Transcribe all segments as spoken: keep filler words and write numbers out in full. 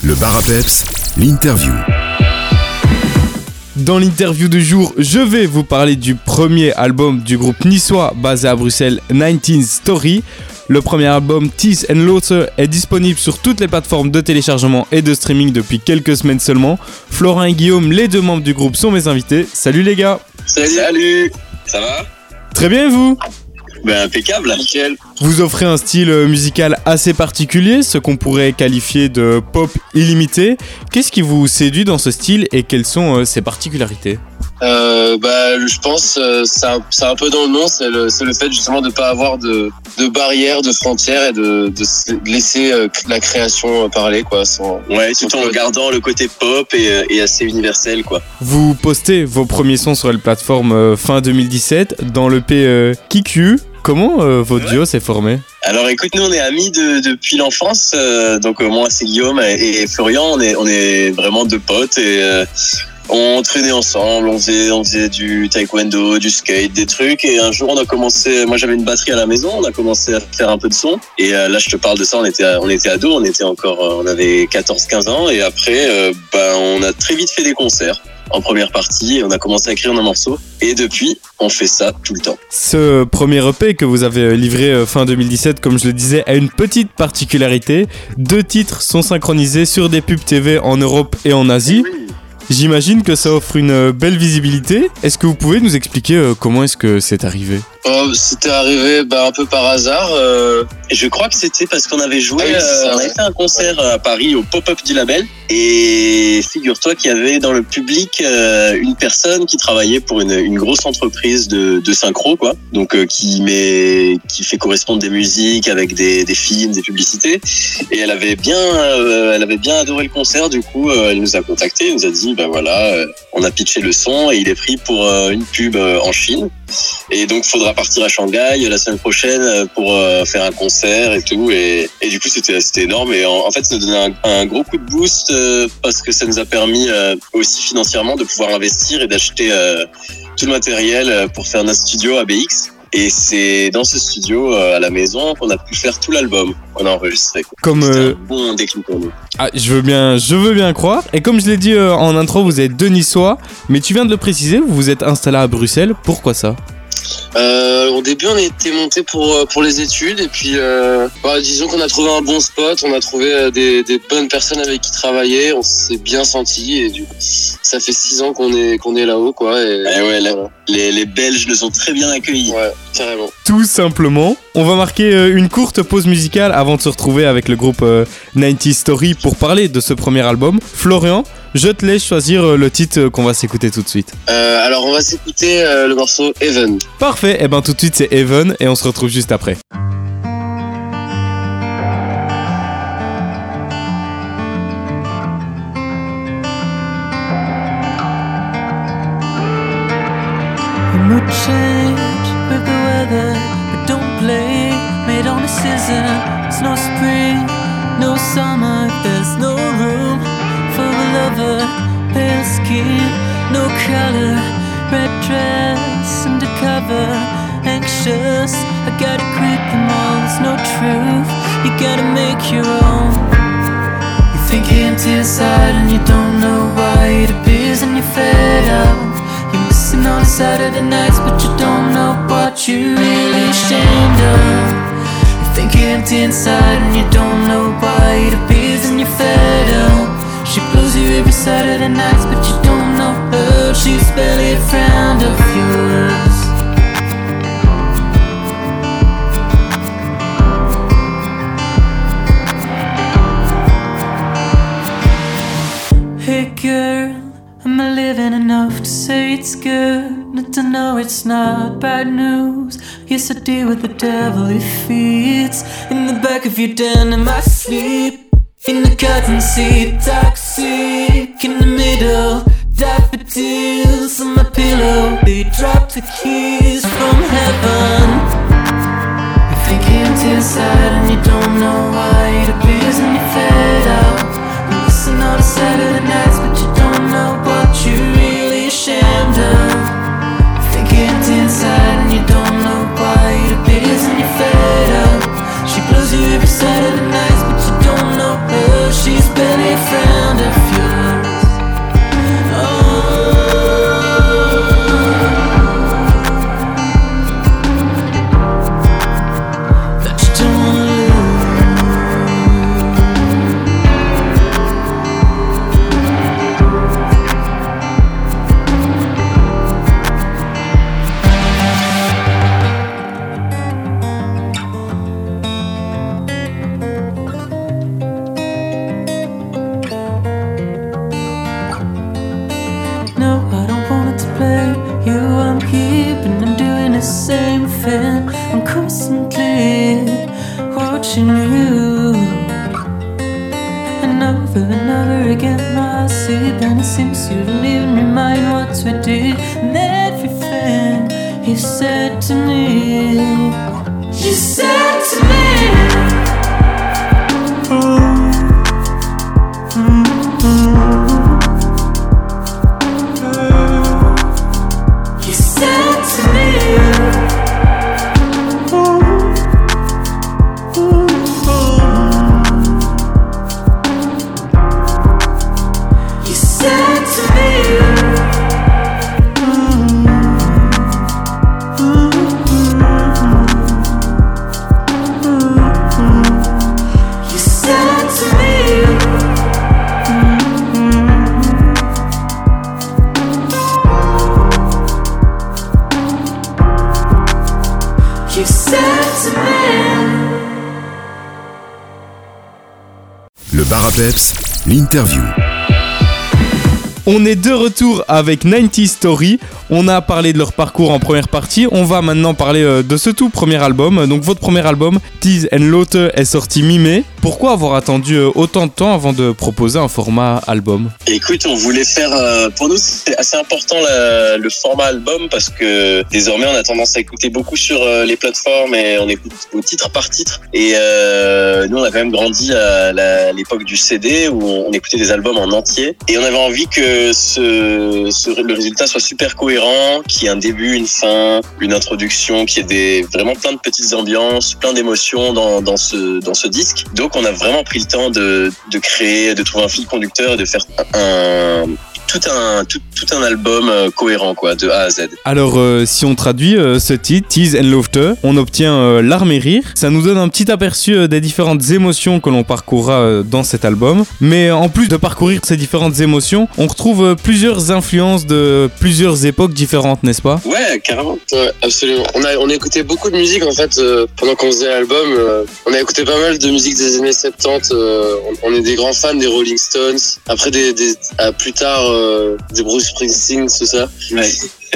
Le Bar à Peps, l'interview. Dans l'interview du jour, je vais vous parler du premier album du groupe niçois basé à Bruxelles, dix-neuf Story. Le premier album, Teeth and Laughter, est disponible sur toutes les plateformes de téléchargement et de streaming depuis quelques semaines seulement. Florent et Guillaume, les deux membres du groupe, sont mes invités. Salut les gars. Salut, Salut. Ça va? Très bien, et vous? Ben impeccable, nickel. Vous offrez un style musical assez particulier, ce qu'on pourrait qualifier de pop illimité. Qu'est-ce qui vous séduit dans ce style et quelles sont euh, ses particularités? Euh, bah, je pense euh, c'est, un, c'est un peu dans le nom, c'est le, c'est le fait justement de ne pas avoir de, de barrières, de frontières et de, de laisser euh, la création parler, quoi. Sans, ouais, tout en gardant le côté pop et, et assez universel, quoi. Vous postez vos premiers sons sur la plateforme euh, fin deux mille dix-sept dans l'E P euh, Kiku. Comment euh, votre ouais. duo s'est formé? Alors écoute, nous on est amis de, depuis l'enfance, euh, donc euh, moi c'est Guillaume et, et Florian, on est, on est vraiment deux potes et euh, on traînait ensemble, on faisait, on faisait du taekwondo, du skate, des trucs, et un jour on a commencé, moi j'avais une batterie à la maison, on a commencé à faire un peu de son, et euh, là je te parle de ça, on était, on était ados, on était encore, on avait quatorze quinze ans, et après euh, ben, on a très vite fait des concerts. En première partie, on a commencé à écrire un morceau et depuis, on fait ça tout le temps. Ce premier E P que vous avez livré fin deux mille dix-sept, comme je le disais, a une petite particularité. Deux titres sont synchronisés sur des pubs T V en Europe et en Asie. Oui. J'imagine que ça offre une belle visibilité. Est-ce que vous pouvez nous expliquer comment est-ce que c'est arrivé ? Oh, c'était arrivé bah, un peu par hasard. Euh... Et je crois que c'était parce qu'on avait joué, ah oui, euh, on avait fait un concert à Paris au pop-up du label. Et figure-toi qu'il y avait dans le public euh, une personne qui travaillait pour une, une grosse entreprise de, de synchro, quoi. Donc euh, qui met, qui fait correspondre des musiques avec des, des films, des publicités. Et elle avait bien, euh, elle avait bien adoré le concert. Du coup, euh, elle nous a contactés, elle nous a dit, ben bah, voilà, euh, on a pitché le son et il est pris pour euh, une pub euh, en Chine. Et donc, il faudra partir à Shanghai la semaine prochaine pour euh, faire un concert et tout. Et, et du coup, c'était, c'était énorme. Et en, en fait, ça nous donnait un, un gros coup de boost euh, parce que ça nous a permis euh, aussi financièrement de pouvoir investir et d'acheter euh, tout le matériel pour faire notre studio A B X. Et c'est dans ce studio euh, à la maison qu'on a pu faire tout l'album. On a enregistré. Quoi. Comme c'était euh... un bon déclic pour nous. Ah, je veux bien, je veux bien croire. Et comme je l'ai dit euh, en intro, vous êtes deux Niçois, mais tu viens de le préciser, vous vous êtes installé à Bruxelles. Pourquoi ça ? Euh, au début, on était monté pour pour les études et puis euh, bah, disons qu'on a trouvé un bon spot, on a trouvé des, des bonnes personnes avec qui travailler, on s'est bien senti et du coup, ça fait six ans qu'on est qu'on est là-haut, quoi. Et, et ouais, voilà. la, les les Belges nous ont très bien accueillis. Ouais, carrément. Tout simplement. On va marquer une courte pause musicale avant de se retrouver avec le groupe dix-neuf Story pour parler de ce premier album. Florian, je te laisse choisir le titre qu'on va s'écouter tout de suite. Euh, alors on va s'écouter euh, le morceau Heaven. Parfait, et ben tout de suite c'est Heaven et on se retrouve juste après. No change with the weather, but don't blame it on the season. It's no spring, no summer, there's no room for a lover. Pale skin, no color, red dress undercover. Anxious, I gotta creep them all, there's no truth, you gotta make your own. You think you're empty inside and you don't know why. It appears and you're fed up. You're missing all the Saturday nights, but you don't know what you're really ashamed of. You think you're empty inside and you don't know why. It appears and you're fed up. She blows you every Saturday nights, but you don't know her. She's barely a friend of yours. Hey girl, am I living enough to say it's good? Not to know it's not bad news. Yes, I deal with the devil, he feeds in the back of your den in my sleep. In the cotton seat, toxic in the middle. Daffodils on my pillow, they drop the keys from heaven. You think you're empty inside and you don't know why. It appears and you're fed up. You listen all the Saturday nights, but you don't know what you're really ashamed of. You think you're empty inside and you don't know why. It appears and you're fed up. She blows you every Saturday nights, but you don't know her. She's barely a friend. everything. I'm constantly watching you. And over and over again I sleep, and it seems you don't even remind what we did. And everything you said to me, you said to me, oh, mm-hmm. You said to me, oh, you said to me, Le bar à peps, l'interview. On est de retour avec quatre-vingt-dix Story. On a parlé de leur parcours en première partie. On va maintenant parler euh, de ce tout premier album. Donc votre premier album, Tease and Laughter, est sorti mi-mai. Pourquoi avoir attendu euh, autant de temps avant de proposer un format album ? Écoute, on voulait faire... Euh, pour nous, c'est assez important la, le format album parce que désormais, on a tendance à écouter beaucoup sur euh, les plateformes et on écoute au titre par titre. Et euh, nous, on a quand même grandi à, la, à l'époque du C D où on, on écoutait des albums en entier. Et on avait envie que ce, ce, le résultat soit super cohérent, qu'il y ait un début, une fin, une introduction, qu'il y ait des, vraiment plein de petites ambiances, plein d'émotions dans, dans, ce, dans ce disque. Donc, on a vraiment pris le temps de, de créer, de trouver un fil conducteur et de faire un... tout un tout, tout un album euh, cohérent quoi, de A à Z. Alors euh, si on traduit euh, ce titre, Tease and Laughter, on obtient euh, larmes et rire. Ça nous donne un petit aperçu euh, des différentes émotions que l'on parcourra euh, dans cet album. Mais en plus de parcourir ces différentes émotions, on retrouve euh, plusieurs influences de plusieurs époques différentes, n'est-ce pas ? Ouais, carrément. Ouais, absolument. On a on a écouté beaucoup de musique en fait euh, pendant qu'on faisait l'album. Euh, on a écouté pas mal de musique des années soixante-dix. Euh, on, on est des grands fans des Rolling Stones. Après des, des à plus tard. Euh, de Bruce Springsteen, tout ça. Ouais.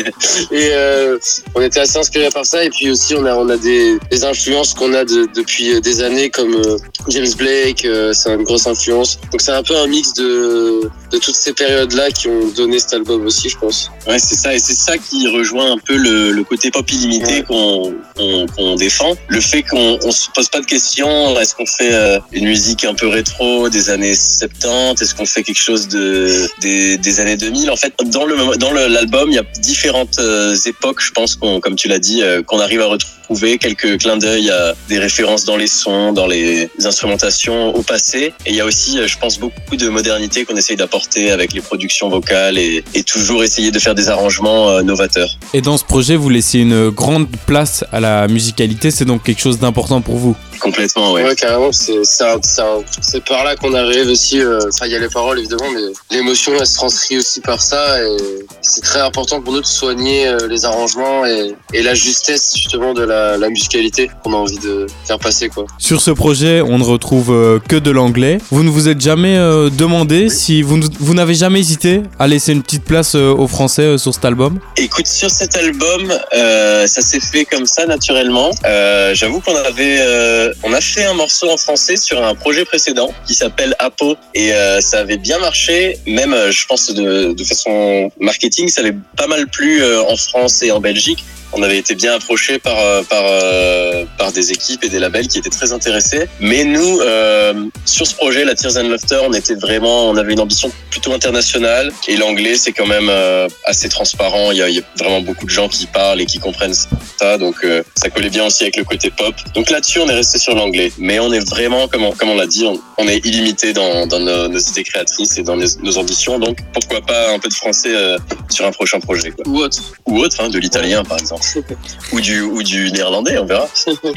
Et euh, on était assez inspirés par ça. Et puis aussi, on a, on a des, des influences qu'on a de, depuis des années, comme euh, James Blake, euh, c'est une grosse influence. Donc c'est un peu un mix de, de toutes ces périodes-là qui ont donné cet album aussi, je pense. Ouais, c'est ça. Et c'est ça qui rejoint un peu le, le côté pop illimité ouais. qu'on, qu'on, qu'on défend. Le fait qu'on on se pose pas de questions. Est-ce qu'on fait euh, une musique un peu rétro des années soixante-dix? Est-ce qu'on fait quelque chose de, des, des années deux mille? En fait, dans, le, dans le, l'album, il y a différentes euh, époques, je pense, qu'on, comme tu l'as dit, euh, qu'on arrive à retrouver quelques clins d'œil à des références dans les sons, dans les instrumentations au passé. Et il y a aussi, je pense, beaucoup de modernité qu'on essaye d'apporter avec les productions vocales et, et toujours essayer de faire des arrangements euh, novateurs. Et dans ce projet, vous laissez une grande place à la musicalité, c'est donc quelque chose d'important pour vous? Complètement, ouais. Ouais, carrément, c'est, c'est, un, c'est, un, c'est par là qu'on arrive aussi. Enfin, euh, il y a les paroles évidemment, mais l'émotion, elle se transcrit aussi par ça. Et c'est très important pour nous de soigner euh, les arrangements et, et la justesse justement de la, la musicalité qu'on a envie de faire passer, quoi. Sur ce projet, on ne retrouve euh, que de l'anglais. Vous ne vous êtes jamais euh, demandé oui. si vous, vous n'avez jamais hésité à laisser une petite place euh, au français euh, sur cet album? Écoute, sur cet album, euh, ça s'est fait comme ça naturellement. Euh, j'avoue qu'on avait euh, on a fait un morceau en français sur un projet précédent qui s'appelle Apo et euh, ça avait bien marché. Même, je pense, de, de façon marketing, ça avait pas mal plu euh, en France et en Belgique. On avait été bien approchés par par euh, par des équipes et des labels qui étaient très intéressés. Mais nous, euh, sur ce projet, la Tears and Laughter, on était vraiment, on avait une ambition plutôt internationale. Et l'anglais, c'est quand même euh, assez transparent. Il y a, il y a vraiment beaucoup de gens qui parlent et qui comprennent ça, donc euh, ça collait bien aussi avec le côté pop. Donc là-dessus, on est resté sur l'anglais. Mais on est vraiment, comme on, comme on l'a dit, on, on est illimité dans, dans nos, nos idées créatrices et dans nos, nos ambitions. Donc pourquoi pas un peu de français euh, sur un prochain projet, quoi. Ou autre. Ou autre, hein, de l'italien par exemple. ou du ou du néerlandais, on verra.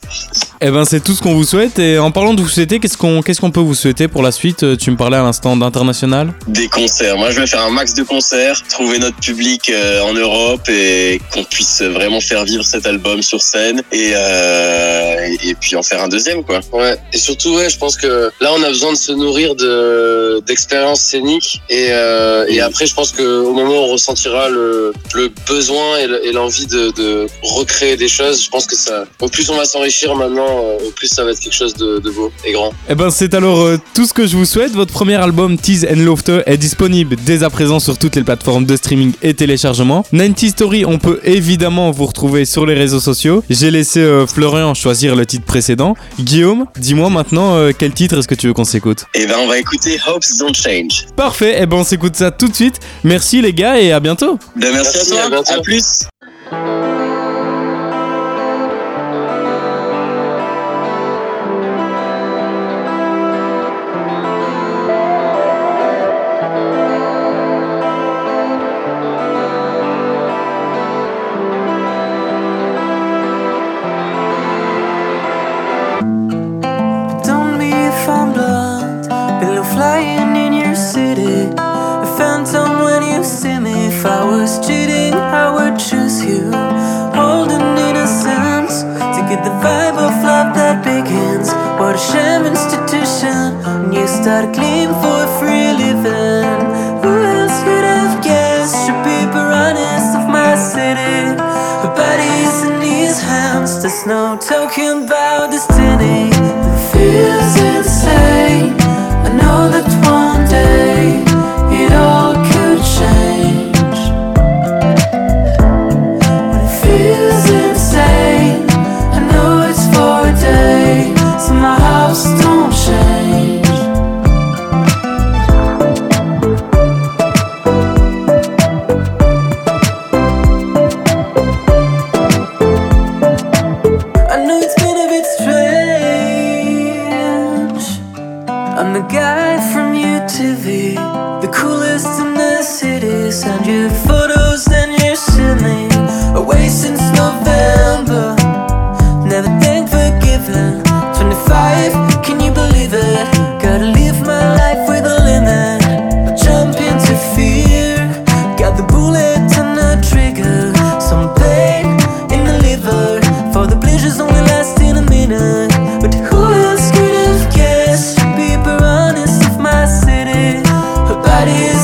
Eh ben c'est tout ce qu'on vous souhaite. Et en parlant de vous souhaiter, qu'est-ce qu'on, qu'est-ce qu'on peut vous souhaiter pour la suite? Tu me parlais à l'instant d'international. Des concerts. Moi, je vais faire un max de concerts, trouver notre public euh, en Europe et qu'on puisse vraiment faire vivre cet album sur scène et, euh, et, et puis en faire un deuxième, quoi. Ouais. Et surtout, ouais, je pense que là, on a besoin de se nourrir de d'expériences scéniques et euh, et après, je pense que au moment où on ressentira le le besoin et, le, et l'envie de, de recréer des choses, je pense que ça, au plus on va s'enrichir maintenant, au plus ça va être quelque chose de, de beau et grand. Eh ben c'est alors euh, tout ce que je vous souhaite. Votre premier album Tease and Laughter est disponible dès à présent sur toutes les plateformes de streaming et téléchargement. ninety Story, on peut évidemment vous retrouver sur les réseaux sociaux. J'ai laissé euh, Florian choisir le titre précédent. Guillaume, dis-moi maintenant euh, quel titre est-ce que tu veux qu'on s'écoute? Eh ben on va écouter Hopes Don't Change. Parfait, eh ben on s'écoute ça tout de suite. Merci les gars et à bientôt. Ben merci, Merci, à toi, à bientôt. à plus. Tell me if I'm blind, pillow flying in your city. A phantom when you see me. If I was cheating, I would choose you. Holding innocence to get the vibe of love that begins. What a sham institution. And you start clean for free living. Who else could have guessed you'd be piranhas of my city? Her body's in his hands. There's no talking about destiny. It feels insane. I know that one day it all could change. But it feels insane. I know it's for a day, so my house don't change. I know it's been a bit strange. I'm the guy from U T V, the coolest in the city. Send you photos and you're silly. Away since November, never thank forgiven. twenty-five, can you believe it? Gotta live my life with a limit. I jump into fear, got the bullet and the trigger. Some pain in the liver, for the pleasures only last in a minute. But who else could have guessed she'd be piranhas of my city? Her body is